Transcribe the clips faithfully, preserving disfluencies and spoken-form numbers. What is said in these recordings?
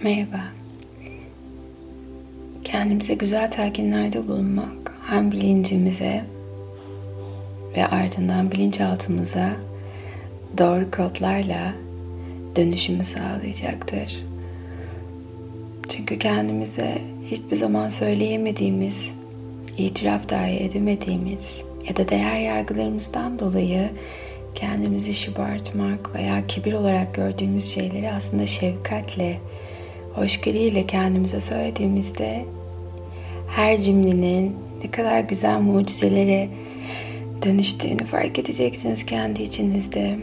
Merhaba. Kendimize güzel telkinlerde bulunmak hem bilincimize ve ardından bilinçaltımıza doğru kodlarla dönüşümü sağlayacaktır. Çünkü kendimize hiçbir zaman söyleyemediğimiz, itiraf dahi edemediğimiz ya da değer yargılarımızdan dolayı kendimizi şımartmak veya kibir olarak gördüğümüz şeyleri aslında şefkatle, hoşgörüyle kendimize söylediğimizde her cümlenin ne kadar güzel mucizelere dönüştüğünü fark edeceksiniz kendi içinizde.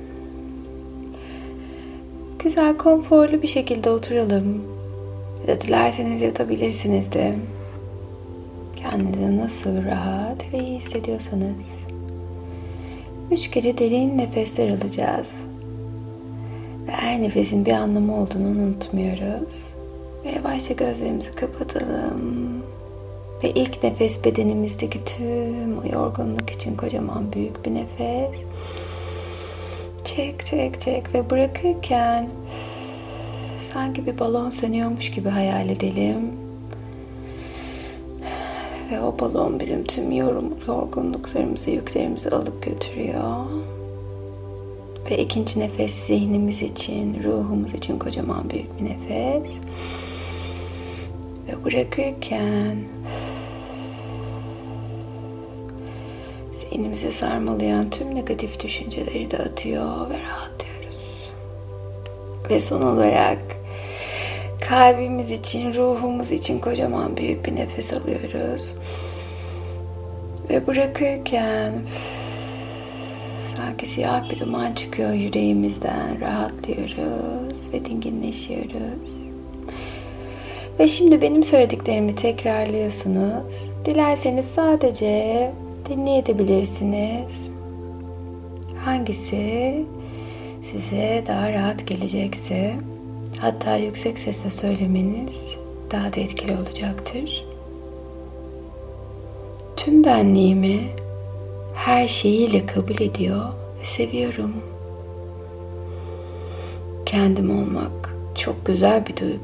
Güzel, konforlu bir şekilde oturalım. Ya da dilerseniz yatabilirsiniz de. Kendinizi nasıl rahat ve iyi hissediyorsanız. Üç kere derin nefesler alacağız. Ve her nefesin bir anlamı olduğunu unutmuyoruz. Ve yavaşça gözlerimizi kapatalım. Ve ilk nefes bedenimizdeki tüm o yorgunluk için kocaman büyük bir nefes. Çek çek çek ve bırakırken sanki bir balon sönüyormuş gibi hayal edelim. Ve o balon bizim tüm yorum, yorgunluklarımızı, yüklerimizi alıp götürüyor. Ve ikinci nefes zihnimiz için, ruhumuz için kocaman büyük bir nefes. Ve bırakırken zihnimizi sarmalayan tüm negatif düşünceleri de atıyor ve rahatlıyoruz. Ve son olarak kalbimiz için, ruhumuz için kocaman büyük bir nefes alıyoruz. Ve bırakırken sanki siyah bir duman çıkıyor yüreğimizden. Rahatlıyoruz ve dinginleşiyoruz. Ve şimdi benim söylediklerimi tekrarlıyorsunuz. Dilerseniz sadece dinleyebilirsiniz. Hangisi size daha rahat gelecekse, hatta yüksek sesle söylemeniz daha da etkili olacaktır. Tüm benliğimi her şeyiyle kabul ediyor ve seviyorum. Kendim olmak çok güzel bir duygu.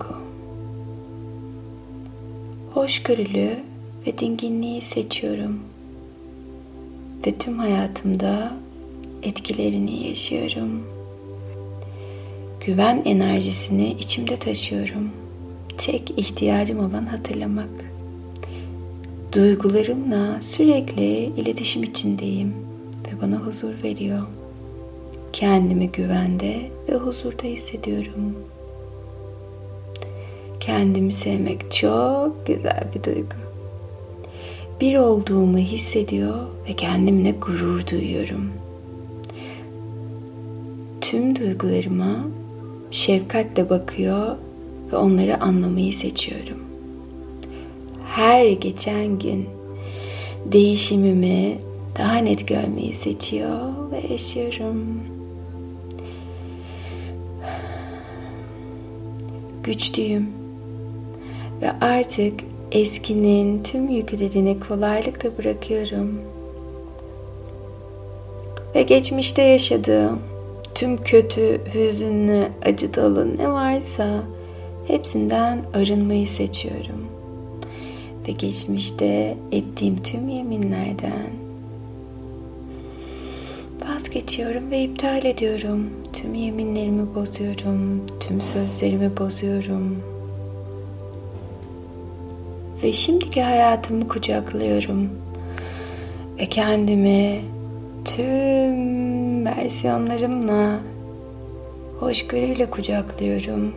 Hoşgörülü ve dinginliği seçiyorum. Ve tüm hayatımda etkilerini yaşıyorum. Güven enerjisini içimde taşıyorum. Tek ihtiyacım olan hatırlamak. Duygularımla sürekli iletişim içindeyim ve bana huzur veriyor. Kendimi güvende ve huzurda hissediyorum. Kendimi sevmek çok güzel bir duygu. Bir olduğumu hissediyor ve kendimle gurur duyuyorum. Tüm duygularıma şefkatle bakıyor ve onları anlamayı seçiyorum. Her geçen gün değişimimi daha net görmeyi seçiyor ve yaşıyorum. Güçlüyüm ve artık eskinin tüm yüklerini kolaylıkla bırakıyorum. Ve geçmişte yaşadığım tüm kötü, hüzünlü, acı dolu ne varsa hepsinden arınmayı seçiyorum. Ve geçmişte ettiğim tüm yeminlerden vazgeçiyorum ve iptal ediyorum. Tüm yeminlerimi bozuyorum, tüm sözlerimi bozuyorum. Ve şimdiki hayatımı kucaklıyorum. Ve kendimi tüm versiyonlarımla hoşgörüyle kucaklıyorum.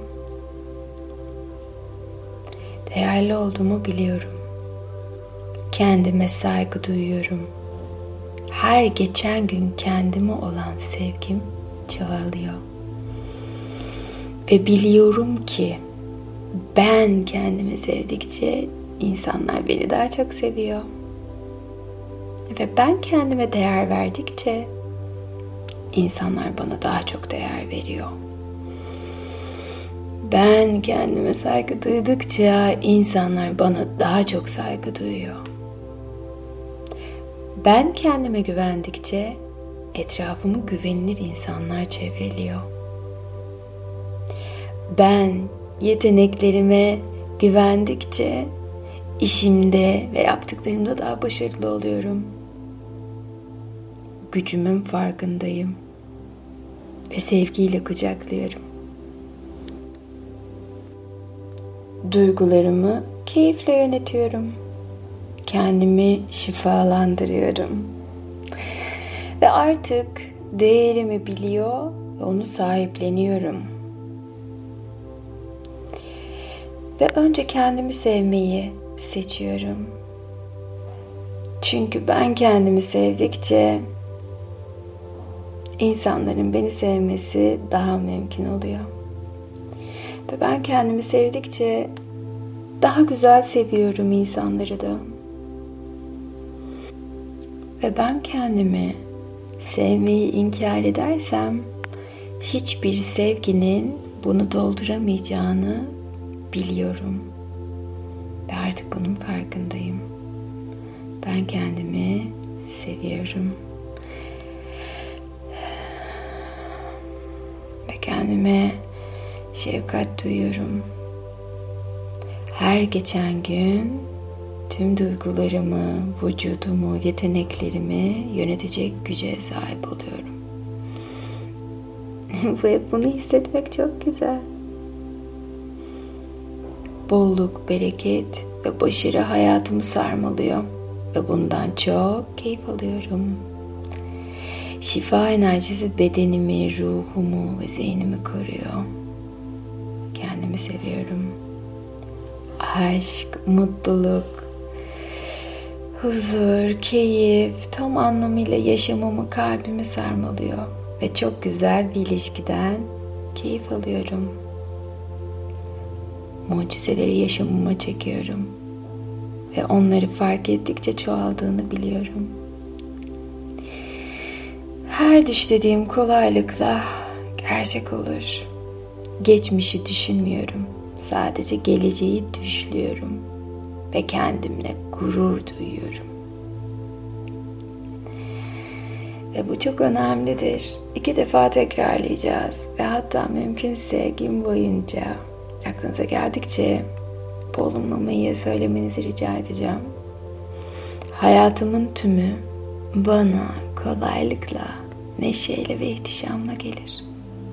Değerli olduğumu biliyorum. Kendime saygı duyuyorum. Her geçen gün kendime olan sevgim çoğalıyor. Ve biliyorum ki ben kendimi sevdikçe insanlar beni daha çok seviyor. Ve ben kendime değer verdikçe insanlar bana daha çok değer veriyor. Ben kendime saygı duydukça insanlar bana daha çok saygı duyuyor. Ben kendime güvendikçe etrafımı güvenilir insanlar çevreliyor. Ben yeteneklerime güvendikçe işimde ve yaptıklarımda daha başarılı oluyorum. Gücümün farkındayım ve sevgiyle kucaklıyorum. Duygularımı keyifle yönetiyorum. Kendimi şifalandırıyorum. Ve artık değerimi biliyor ve onu sahipleniyorum. Ve önce kendimi sevmeyi seçiyorum. Çünkü ben kendimi sevdikçe insanların beni sevmesi daha mümkün oluyor. Ve ben kendimi sevdikçe daha güzel seviyorum insanları da. Ve ben kendimi sevmeyi inkar edersem hiçbir sevginin bunu dolduramayacağını biliyorum. Ve artık bunun farkındayım. Ben kendimi seviyorum. Ve kendime şefkat duyuyorum. Her geçen gün tüm duygularımı, vücudumu, yeteneklerimi yönetecek güce sahip oluyorum. Ve bunu hissetmek çok güzel. Bolluk, bereket ve başarı hayatımı sarmalıyor. Ve bundan çok keyif alıyorum. Şifa enerjisi bedenimi, ruhumu ve zihnimi koruyor. Kendimi seviyorum. Aşk, mutluluk, huzur, keyif tam anlamıyla yaşamımı, kalbimi sarmalıyor. Ve çok güzel bir ilişkiden keyif alıyorum. Mucizeleri yaşamıma çekiyorum. Ve onları fark ettikçe çoğaldığını biliyorum. Her düş dediğim kolaylıkla gerçek olur. Geçmişi düşünmüyorum. Sadece geleceği düşlüyorum. Ve kendimle gurur duyuyorum. Ve bu çok önemlidir. İki defa tekrarlayacağız. Ve hatta mümkünse gün boyunca aklınıza geldikçe bu olumlamayı söylemenizi rica edeceğim. Hayatımın tümü bana kolaylıkla, neşeyle ve ihtişamla gelir.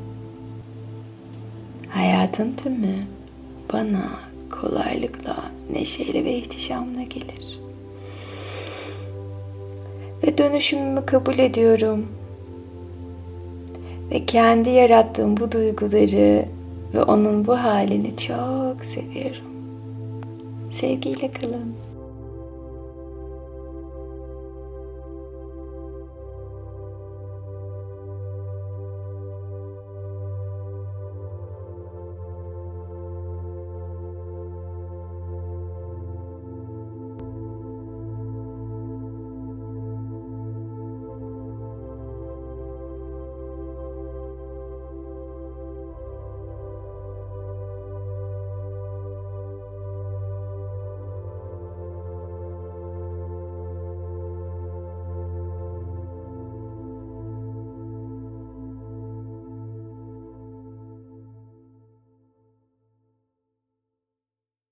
Hayatın tümü bana kolaylıkla, neşeyle ve ihtişamla gelir. Ve dönüşümümü kabul ediyorum. Ve kendi yarattığım bu duyguları ve onun bu halini çok seviyorum. Sevgiyle kalın.